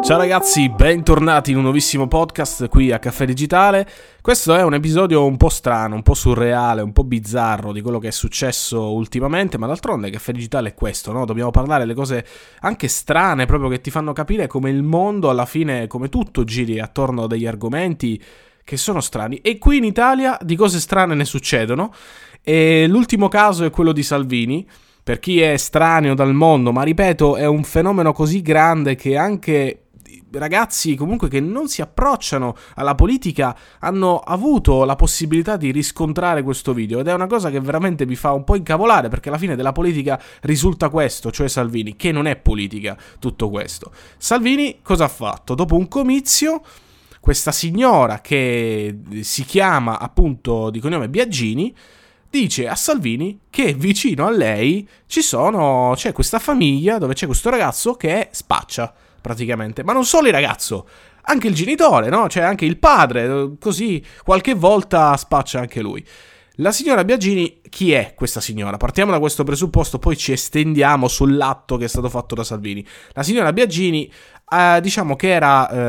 Ciao ragazzi, bentornati in un nuovissimo podcast qui a Caffè Digitale. Questo è un episodio un po' strano, un po' surreale, un po' bizzarro di quello che è successo ultimamente, ma d'altronde Caffè Digitale è questo, no? Dobbiamo parlare delle cose anche strane, proprio che ti fanno capire come il mondo alla fine, come tutto giri attorno a degli argomenti che sono strani. E qui in Italia di cose strane ne succedono, e l'ultimo caso è quello di Salvini. Per chi è estraneo dal mondo, ma ripeto, è un fenomeno così grande che anche ragazzi comunque che non si approcciano alla politica hanno avuto la possibilità di riscontrare questo video, ed è una cosa che veramente mi fa un po' incavolare, perché alla fine della politica risulta questo, cioè Salvini, che non è politica tutto questo. Salvini cosa ha fatto? Dopo un comizio, questa signora che si chiama appunto di cognome Biagini dice a Salvini che vicino a lei c'è questa famiglia dove c'è questo ragazzo che spaccia praticamente, ma non solo il ragazzo, anche il genitore, no? Cioè anche il padre, così qualche volta spaccia anche lui. La signora Biagini, chi è questa signora? Partiamo da questo presupposto, poi ci estendiamo sull'atto che è stato fatto da Salvini. La signora Biagini, diciamo che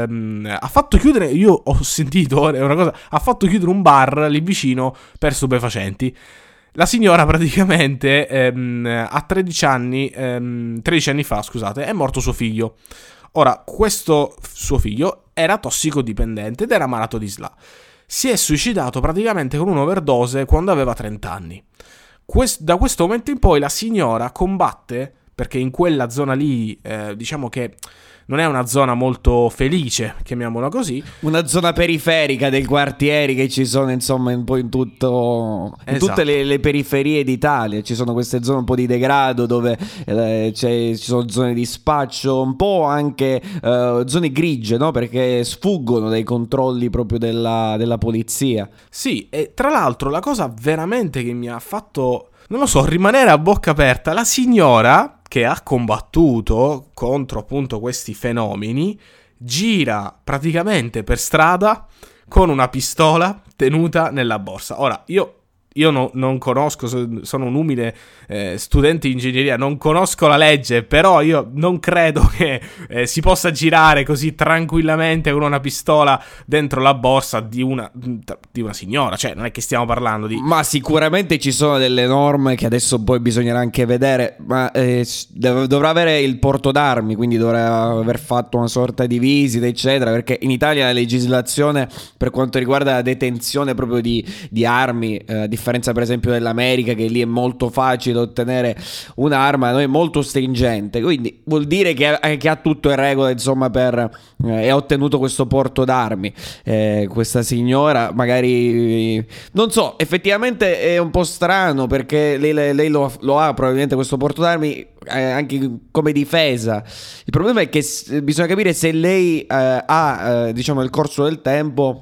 ha fatto chiudere, io ho sentito, è una cosa, ha fatto chiudere un bar lì vicino per stupefacenti. La signora praticamente a 13 anni fa, scusate, è morto suo figlio. Ora, questo suo figlio era tossicodipendente ed era malato di SLA. Si è suicidato praticamente con un'overdose quando aveva 30 anni. Da questo momento in poi la signora combatte, perché in quella zona lì, diciamo che non è una zona molto felice, chiamiamola così. Una zona periferica dei quartieri che ci sono, insomma, un po' in tutte le periferie d'Italia. Ci sono queste zone un po' di degrado dove ci sono zone di spaccio, un po' anche zone grigie, no? Perché sfuggono dai controlli proprio della polizia. Sì, e tra l'altro la cosa veramente che mi ha fatto, non lo so, rimanere a bocca aperta, la signora che ha combattuto contro appunto questi fenomeni gira praticamente per strada con una pistola tenuta nella borsa. Ora, io non conosco, sono un umile studente di ingegneria, non conosco la legge, però io non credo che si possa girare così tranquillamente con una pistola dentro la borsa di una signora, cioè non è che stiamo parlando di... Ma sicuramente ci sono delle norme che adesso poi bisognerà anche vedere, ma dovrà avere il porto d'armi, quindi dovrà aver fatto una sorta di visita, eccetera, perché in Italia la legislazione per quanto riguarda la detenzione proprio di armi, differenza per esempio dell'America, che lì è molto facile ottenere un'arma, noi è molto stringente, quindi vuol dire che ha tutto in regola, insomma, e ha ottenuto questo porto d'armi. Questa signora magari, non so, effettivamente è un po' strano, perché lei lo ha probabilmente questo porto d'armi anche come difesa. Il problema è che bisogna capire se lei ha diciamo nel corso del tempo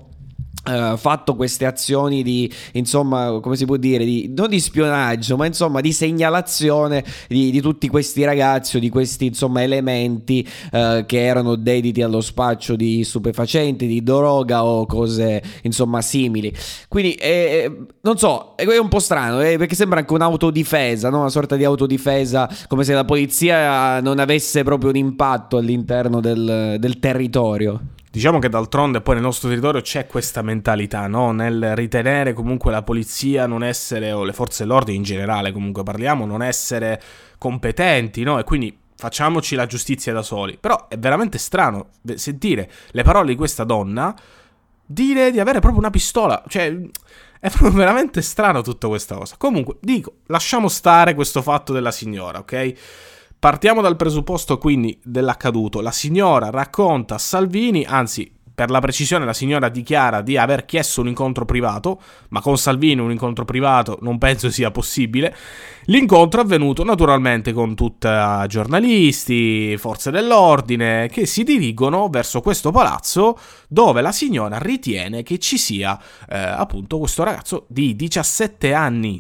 fatto queste azioni di, insomma, come si può dire, non di spionaggio, ma insomma di segnalazione di tutti questi ragazzi o di questi, insomma, elementi che erano dediti allo spaccio di stupefacenti, di droga o cose, insomma, simili. Quindi non so, è un po' strano, perché sembra anche un'autodifesa, no? Una sorta di autodifesa, come se la polizia non avesse proprio un impatto all'interno del territorio. Diciamo che d'altronde poi nel nostro territorio c'è questa mentalità, no? Nel ritenere comunque la polizia non essere, o le forze dell'ordine in generale comunque parliamo, non essere competenti, no? E quindi facciamoci la giustizia da soli. Però è veramente strano sentire le parole di questa donna dire di avere proprio una pistola, cioè è proprio veramente strano tutta questa cosa. Comunque, dico, lasciamo stare questo fatto della signora, ok? Partiamo dal presupposto quindi dell'accaduto. La signora racconta a Salvini, anzi per la precisione la signora dichiara di aver chiesto un incontro privato, ma con Salvini un incontro privato non penso sia possibile. L'incontro è avvenuto naturalmente con tutti giornalisti, forze dell'ordine, che si dirigono verso questo palazzo dove la signora ritiene che ci sia appunto questo ragazzo di 17 anni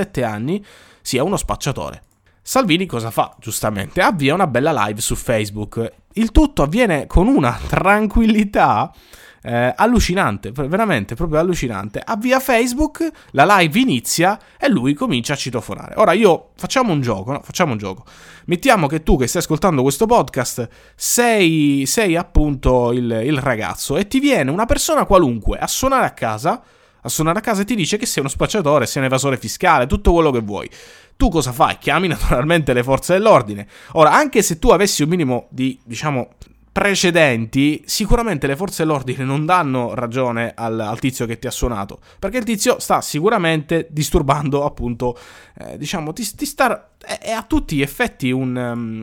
sia uno spacciatore. Salvini cosa fa? Giustamente avvia una bella live su Facebook. Il tutto avviene con una tranquillità allucinante, veramente proprio allucinante. Avvia Facebook, la live inizia e lui comincia a citofonare. Ora facciamo un gioco, no? Facciamo un gioco. Mettiamo che tu che stai ascoltando questo podcast sei appunto il ragazzo e ti viene una persona qualunque a suonare a casa e ti dice che sei uno spacciatore, sei un evasore fiscale, tutto quello che vuoi. Tu cosa fai? Chiami naturalmente le forze dell'ordine. Ora, anche se tu avessi un minimo di, precedenti, sicuramente le forze dell'ordine non danno ragione al tizio che ti ha suonato, perché il tizio sta sicuramente disturbando, appunto, ti sta... È a tutti gli effetti un...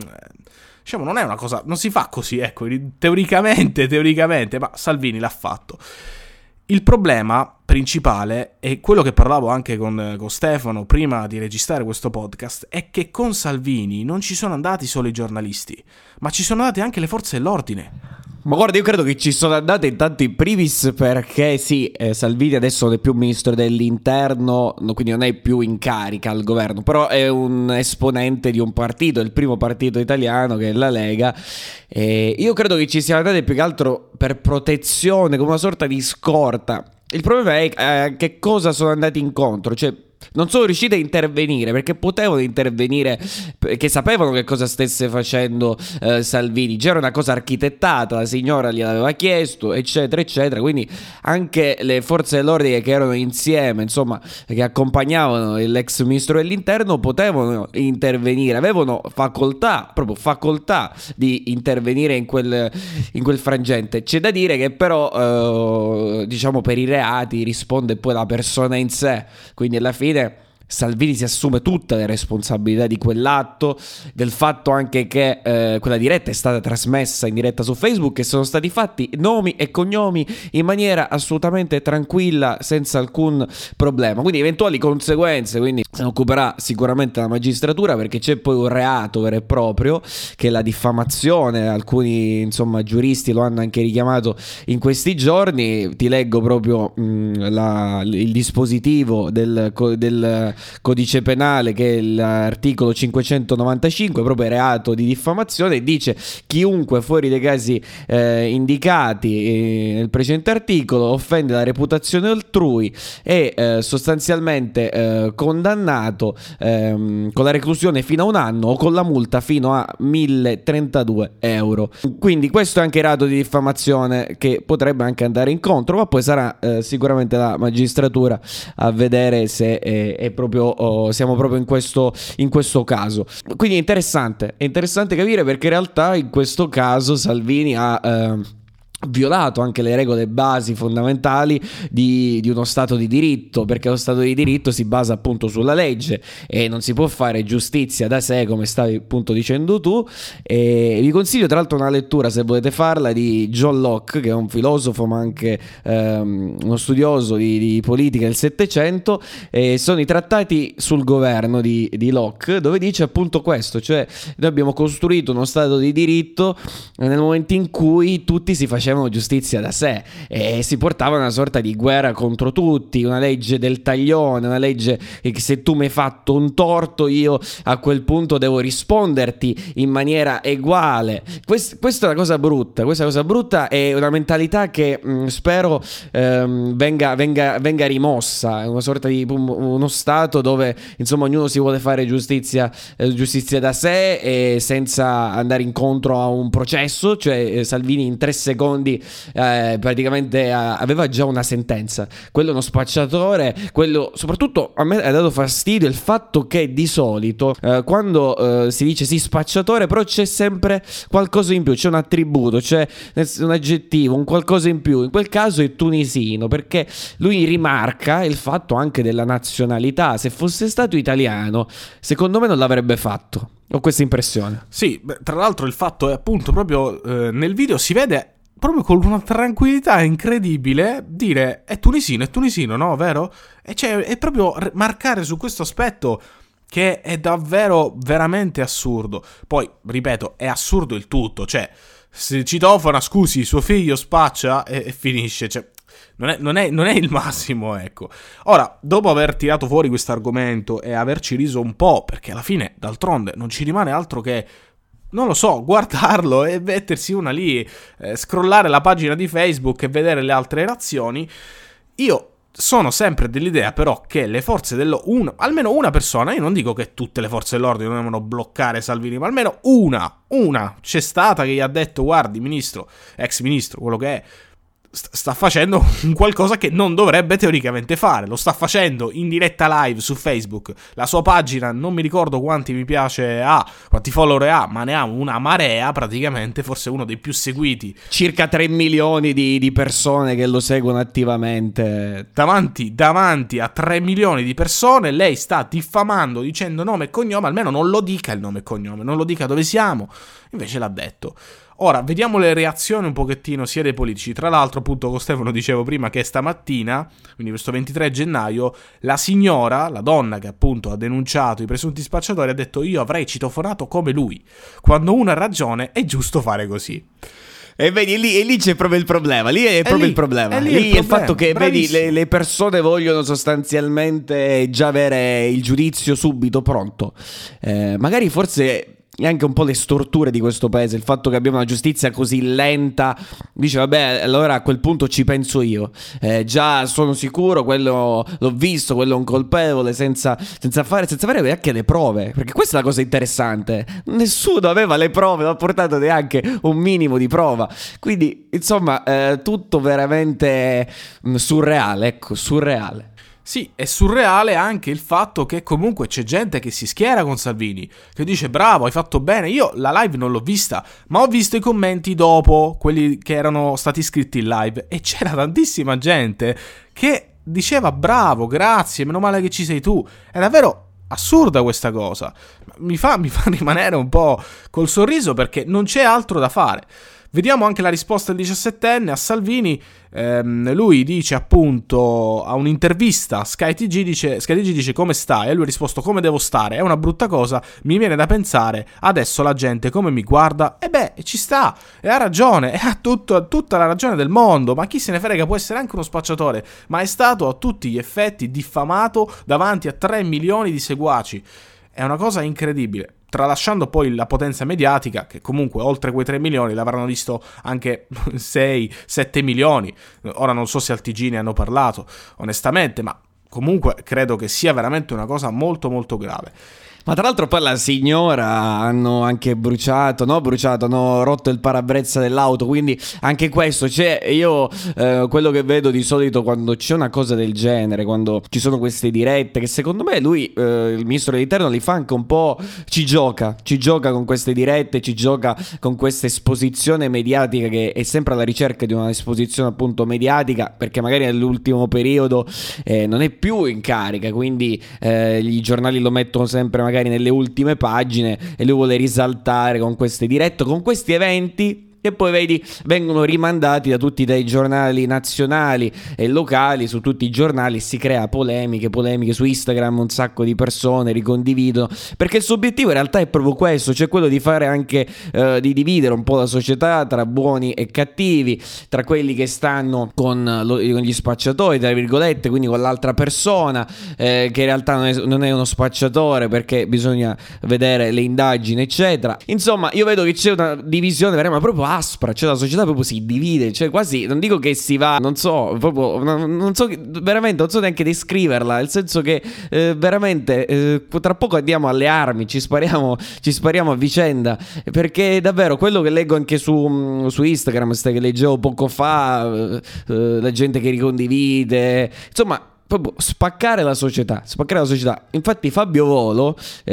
non è una cosa... Non si fa così, ecco, teoricamente, ma Salvini l'ha fatto. Il problema principale, e quello che parlavo anche con Stefano prima di registrare questo podcast, è che con Salvini non ci sono andati solo i giornalisti, ma ci sono andate anche le forze dell'ordine. Ma guarda, io credo che ci sono andate intanto in primis perché sì, Salvini adesso non è più ministro dell'interno, quindi non è più in carica al governo, però è un esponente di un partito, il primo partito italiano che è la Lega. E io credo che ci siano andate più che altro per protezione, come una sorta di scorta. Il problema è a che cosa sono andati incontro, cioè non sono riusciti a intervenire perché potevano intervenire, perché sapevano che cosa stesse facendo Salvini. Già era una cosa architettata, la signora gliel'aveva chiesto, eccetera eccetera, quindi anche le forze dell'ordine che erano insieme, insomma, che accompagnavano l'ex ministro dell'interno, potevano intervenire, avevano proprio facoltà di intervenire in quel frangente. C'è da dire che però per i reati risponde poi la persona in sé, quindi alla fine Salvini si assume tutte le responsabilità di quell'atto, del fatto anche che quella diretta è stata trasmessa in diretta su Facebook e sono stati fatti nomi e cognomi in maniera assolutamente tranquilla, senza alcun problema. Quindi eventuali conseguenze, quindi se ne occuperà sicuramente la magistratura, perché c'è poi un reato vero e proprio che è la diffamazione. Alcuni giuristi lo hanno anche richiamato in questi giorni. Ti leggo proprio il dispositivo del codice penale, che è l'articolo 595, proprio reato di diffamazione. Dice: chiunque fuori dei casi indicati nel precedente articolo offende la reputazione altrui è sostanzialmente condannato con la reclusione fino a 1 anno o con la multa fino a 1.032 euro. Quindi questo è anche reato di diffamazione che potrebbe anche andare incontro, ma poi sarà sicuramente la magistratura a vedere se è proprio siamo proprio in questo caso. Quindi è interessante capire, perché in realtà in questo caso Salvini ha violato anche le regole basi fondamentali di uno Stato di diritto, perché lo Stato di diritto si basa appunto sulla legge e non si può fare giustizia da sé, come stavi appunto dicendo tu. E vi consiglio tra l'altro una lettura, se volete farla, di John Locke, che è un filosofo ma anche uno studioso di politica del Settecento. Sono i trattati sul governo di Locke, dove dice appunto questo, cioè noi abbiamo costruito uno Stato di diritto nel momento in cui tutti si facevano giustizia da sé e si portava una sorta di guerra contro tutti, una legge del taglione, una legge che se tu mi hai fatto un torto io a quel punto devo risponderti in maniera uguale. Questa è una cosa brutta, è una mentalità che spero venga rimossa. È una sorta di uno Stato dove ognuno si vuole fare giustizia da sé e senza andare incontro a un processo. Cioè Salvini in 3 secondi praticamente aveva già una sentenza. Quello è uno spacciatore. Quello, soprattutto a me ha dato fastidio il fatto che di solito quando si dice sì spacciatore, però c'è sempre qualcosa in più, c'è un attributo, c'è un aggettivo, un qualcosa in più. In quel caso è tunisino, perché lui rimarca il fatto anche della nazionalità. Se fosse stato italiano, secondo me non l'avrebbe fatto. Ho questa impressione. Sì, tra l'altro il fatto è appunto proprio nel video si vede proprio con una tranquillità incredibile dire è tunisino, no? Vero? E cioè è proprio marcare su questo aspetto che è davvero veramente assurdo. Poi, ripeto, è assurdo il tutto, cioè se citofona, scusi, suo figlio spaccia e finisce, cioè non è il massimo, ecco. Ora, dopo aver tirato fuori questo argomento e averci riso un po', perché alla fine, d'altronde, non ci rimane altro che non lo so, guardarlo e mettersi una lì, scrollare la pagina di Facebook e vedere le altre reazioni. Io sono sempre dell'idea però che le forze dell'ordine, almeno una persona, io non dico che tutte le forze dell'ordine devono bloccare Salvini, ma almeno una c'è stata che gli ha detto: guardi ministro, ex ministro, quello che è, sta facendo un qualcosa che non dovrebbe teoricamente fare, lo sta facendo in diretta live su Facebook, la sua pagina non mi ricordo quanti mi piace ha, quanti follower ha, ma ne ha una marea praticamente, forse uno dei più seguiti, circa 3 milioni di persone che lo seguono attivamente. Davanti a 3 milioni di persone lei sta diffamando dicendo nome e cognome, almeno non lo dica il nome e cognome, non lo dica dove siamo, invece l'ha detto. Ora, vediamo le reazioni un pochettino sia dei politici. Tra l'altro, appunto, con Stefano dicevo prima che stamattina, quindi questo 23 gennaio, la signora, la donna che appunto ha denunciato i presunti spacciatori, ha detto: io avrei citofonato come lui. Quando uno ha ragione è giusto fare così. E vedi, lì c'è proprio il problema. Lì è proprio il problema. Lì è il fatto che vedi, le persone vogliono sostanzialmente già avere il giudizio subito pronto. Magari forse e anche un po' le storture di questo paese, il fatto che abbiamo una giustizia così lenta, dice vabbè, allora a quel punto ci penso io, già sono sicuro, quello l'ho visto, quello è un colpevole, senza avere neanche le prove, perché questa è la cosa interessante, nessuno aveva le prove, non ha portato neanche un minimo di prova, quindi insomma tutto veramente surreale, ecco, surreale. Sì, è surreale anche il fatto che comunque c'è gente che si schiera con Salvini, che dice bravo, hai fatto bene. Io la live non l'ho vista, ma ho visto i commenti dopo, quelli che erano stati scritti in live, e c'era tantissima gente che diceva bravo, grazie, meno male che ci sei tu. È davvero assurda questa cosa, mi fa rimanere un po' col sorriso perché non c'è altro da fare. Vediamo anche la risposta del 17enne a Salvini. Lui dice appunto a un'intervista Sky TG dice come stai? E lui ha risposto come devo stare, è una brutta cosa, mi viene da pensare adesso la gente come mi guarda, e beh ci sta, e ha ragione, e ha tutta la ragione del mondo, ma chi se ne frega, può essere anche uno spacciatore, ma è stato a tutti gli effetti diffamato davanti a 3 milioni di seguaci, è una cosa incredibile. Tralasciando poi la potenza mediatica, che comunque oltre quei 3 milioni l'avranno visto anche 6-7 milioni. Ora non so se al TG ne hanno parlato, onestamente, ma comunque credo che sia veramente una cosa molto molto grave. Ma tra l'altro poi la signora hanno anche hanno rotto il parabrezza dell'auto, quindi anche questo c'è. Io quello che vedo di solito quando c'è una cosa del genere, quando ci sono queste dirette, che secondo me lui, il ministro dell'interno, li fa anche un po', ci gioca con queste dirette, ci gioca con questa esposizione mediatica, che è sempre alla ricerca di una esposizione appunto mediatica, perché magari nell'ultimo periodo non è più in carica, quindi i giornali lo mettono sempre magari nelle ultime pagine e lui vuole risaltare con queste dirette, con questi eventi che poi vedi vengono rimandati da tutti dai giornali nazionali e locali, su tutti i giornali si crea polemiche su Instagram, un sacco di persone ricondividono, perché il suo obiettivo in realtà è proprio questo, cioè quello di fare anche di dividere un po' la società tra buoni e cattivi, tra quelli che stanno con gli spacciatori tra virgolette, quindi con l'altra persona che in realtà non è uno spacciatore, perché bisogna vedere le indagini eccetera. Insomma, io vedo che c'è una divisione veramente proprio aspra, cioè la società proprio si divide, cioè quasi, non dico che si va, non so, proprio, non so, veramente non so neanche descriverla, nel senso che veramente tra poco andiamo alle armi, ci spariamo a vicenda, perché davvero quello che leggo anche su Instagram, che leggevo poco fa, la gente che ricondivide, insomma proprio spaccare la società. Infatti Fabio Volo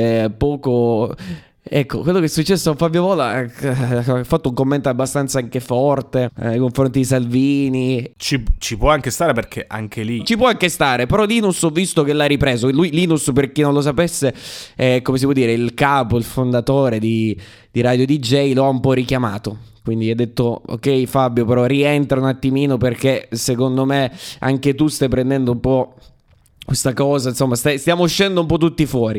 ecco, quello che è successo a Fabio Volo ha fatto un commento abbastanza anche forte nei confronti di Salvini. Ci può anche stare, perché anche lì ci può anche stare, però Linus ho visto che l'ha ripreso. Linus, per chi non lo sapesse, è, come si può dire, il capo, il fondatore di Radio DJ, lo ha un po' richiamato. Quindi ha detto ok Fabio, però rientra un attimino, perché secondo me anche tu stai prendendo un po' questa cosa, insomma, stiamo uscendo un po' tutti fuori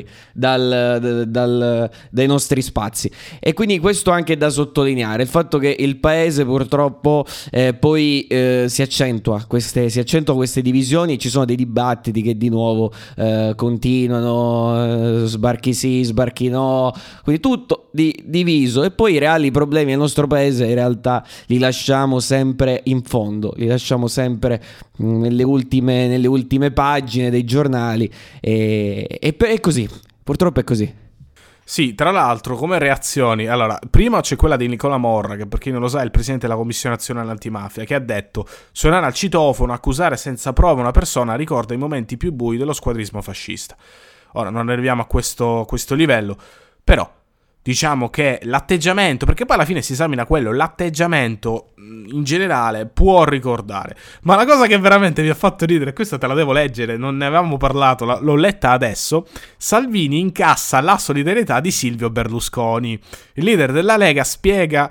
dai nostri spazi, e quindi questo anche è da sottolineare, il fatto che il paese purtroppo poi si accentua queste divisioni, ci sono dei dibattiti che di nuovo continuano, sbarchi sì, sbarchi no, quindi tutto diviso, e poi i reali problemi del nostro paese in realtà li lasciamo sempre in fondo, li lasciamo sempre nelle ultime pagine dei giornali, è così, purtroppo è così. Sì, tra l'altro, come reazioni, allora, prima c'è quella di Nicola Morra, che per chi non lo sa è il presidente della Commissione Nazionale Antimafia, che ha detto: suonare al citofono, accusare senza prove una persona ricorda i momenti più bui dello squadrismo fascista. Ora, non arriviamo a questo livello, però diciamo che l'atteggiamento, perché poi alla fine si esamina quello, l'atteggiamento in generale può ricordare. Ma la cosa che veramente mi ha fatto ridere, questa te la devo leggere, non ne avevamo parlato, l'ho letta adesso: Salvini incassa la solidarietà di Silvio Berlusconi. Il leader della Lega spiega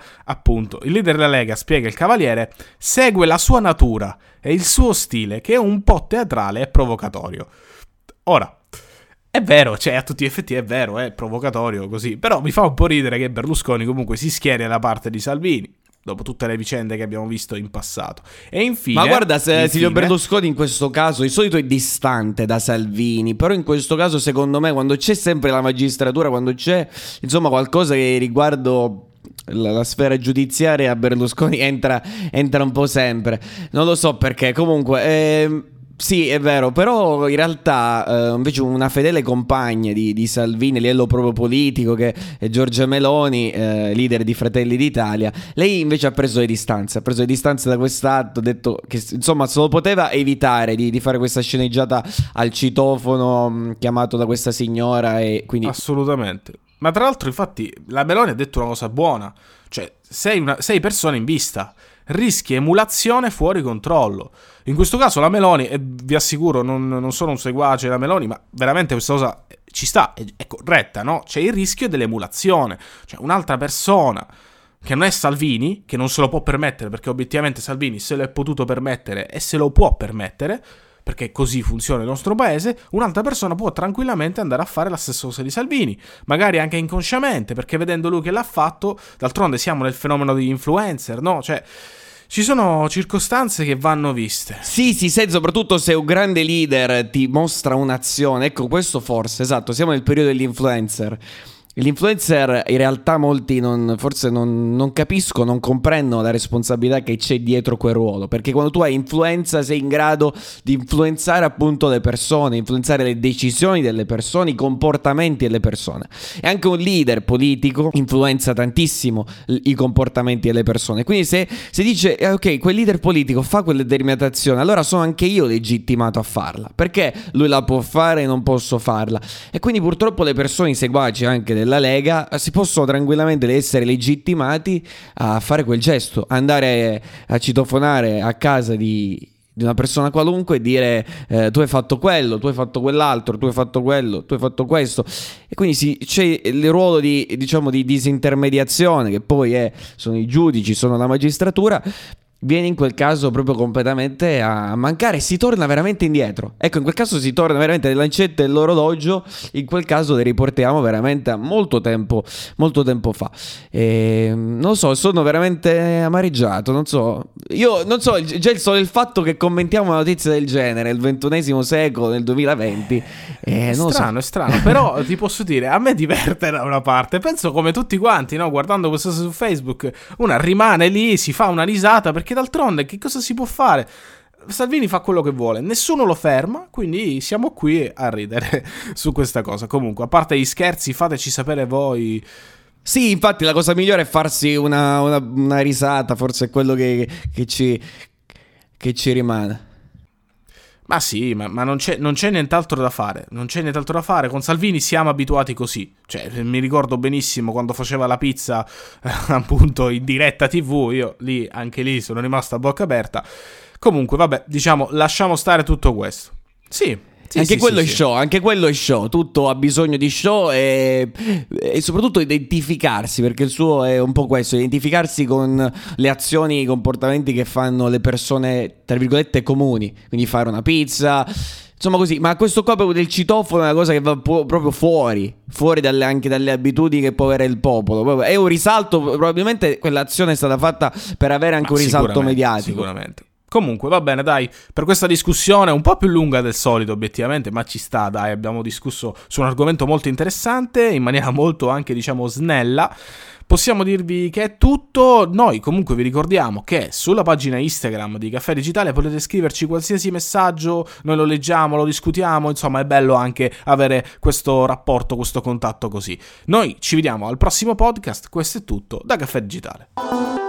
il Cavaliere, segue la sua natura e il suo stile, che è un po' teatrale e provocatorio. Ora, è vero, cioè a tutti gli effetti è vero, è provocatorio così, però mi fa un po' ridere che Berlusconi comunque si schieri alla parte di Salvini, dopo tutte le vicende che abbiamo visto in passato. E infine... Ma guarda, Silvio Berlusconi in questo caso di solito è distante da Salvini, però in questo caso secondo me, quando c'è sempre la magistratura, quando c'è insomma qualcosa che riguardo la sfera giudiziaria, Berlusconi entra un po' sempre, non lo so perché, comunque... Sì, è vero, però in realtà invece una fedele compagna di Salvini, livello proprio politico, che è Giorgia Meloni, leader di Fratelli d'Italia, lei invece ha preso le distanze da quest'atto, ha detto che insomma se lo poteva evitare di fare questa sceneggiata al citofono chiamato da questa signora, e quindi... Assolutamente. Ma tra l'altro infatti la Meloni ha detto una cosa buona, cioè sei persone in vista, rischi emulazione fuori controllo. In questo caso la Meloni, e vi assicuro non sono un seguace della Meloni, ma veramente questa cosa ci sta, è corretta, no? C'è il rischio dell'emulazione, cioè un'altra persona che non è Salvini, che non se lo può permettere, perché obiettivamente Salvini se lo è potuto permettere e se lo può permettere, perché così funziona il nostro paese, un'altra persona può tranquillamente andare a fare la stessa cosa di Salvini, magari anche inconsciamente, perché vedendo lui che l'ha fatto, d'altronde siamo nel fenomeno degli influencer, no? Cioè, ci sono circostanze che vanno viste. Sì, soprattutto se un grande leader ti mostra un'azione, ecco questo forse, esatto, siamo nel periodo degli influencer. L'influencer in realtà molti forse non capiscono, non comprendono la responsabilità che c'è dietro quel ruolo, perché quando tu hai influenza sei in grado di influenzare appunto le persone, influenzare le decisioni delle persone, i comportamenti delle persone, e anche un leader politico influenza tantissimo i comportamenti delle persone, quindi se dice ok, quel leader politico fa quella determinata azione, allora sono anche io legittimato a farla, perché lui la può fare e non posso farla, e quindi purtroppo le persone, i seguaci anche della Lega, si possono tranquillamente essere legittimati a fare quel gesto, andare a citofonare a casa di una persona qualunque e dire tu hai fatto quello, tu hai fatto quell'altro, tu hai fatto quello, tu hai fatto questo, e quindi c'è il ruolo di disintermediazione, che poi sono i giudici, sono la magistratura, viene in quel caso proprio completamente a mancare, si torna veramente indietro. Ecco, in quel caso si torna veramente le lancette dell'orologio, in quel caso le riportiamo veramente a molto tempo fa. Non lo so, sono veramente amareggiato, non so, già il fatto che commentiamo una notizia del genere nel XXI secolo, nel 2020, è strano, però ti posso dire, a me diverte da una parte, penso come tutti quanti, no? Guardando questo su Facebook, una rimane lì, si fa una risata, perché d'altronde che cosa si può fare? Salvini fa quello che vuole, nessuno lo ferma, quindi siamo qui a ridere su questa cosa. Comunque, a parte gli scherzi, fateci sapere voi. Sì, infatti la cosa migliore è farsi una risata, forse è quello che ci rimane. Ma sì, ma non c'è nient'altro da fare. Non c'è nient'altro da fare. Con Salvini siamo abituati così. Cioè, mi ricordo benissimo quando faceva la pizza appunto in diretta TV. Io anche lì sono rimasto a bocca aperta. Comunque, vabbè, diciamo, lasciamo stare tutto questo. Sì. Anche quello è show, tutto ha bisogno di show e soprattutto identificarsi, perché il suo è un po' questo, identificarsi con le azioni, i comportamenti che fanno le persone, tra virgolette, comuni, quindi fare una pizza, Insomma così, ma questo qua proprio del citofono è una cosa che va proprio fuori anche dalle abitudini che può avere il popolo. È un risalto, probabilmente quell'azione è stata fatta per avere anche un risalto mediatico. Sicuramente. Comunque va bene, dai, per questa discussione un po' più lunga del solito obiettivamente, ma ci sta, dai, abbiamo discusso su un argomento molto interessante, in maniera molto anche diciamo snella. Possiamo dirvi che è tutto. Noi comunque vi ricordiamo che sulla pagina Instagram di Caffè Digitale potete scriverci qualsiasi messaggio, noi lo leggiamo, lo discutiamo, insomma è bello anche avere questo rapporto, questo contatto così. Noi ci vediamo al prossimo podcast, questo è tutto da Caffè Digitale.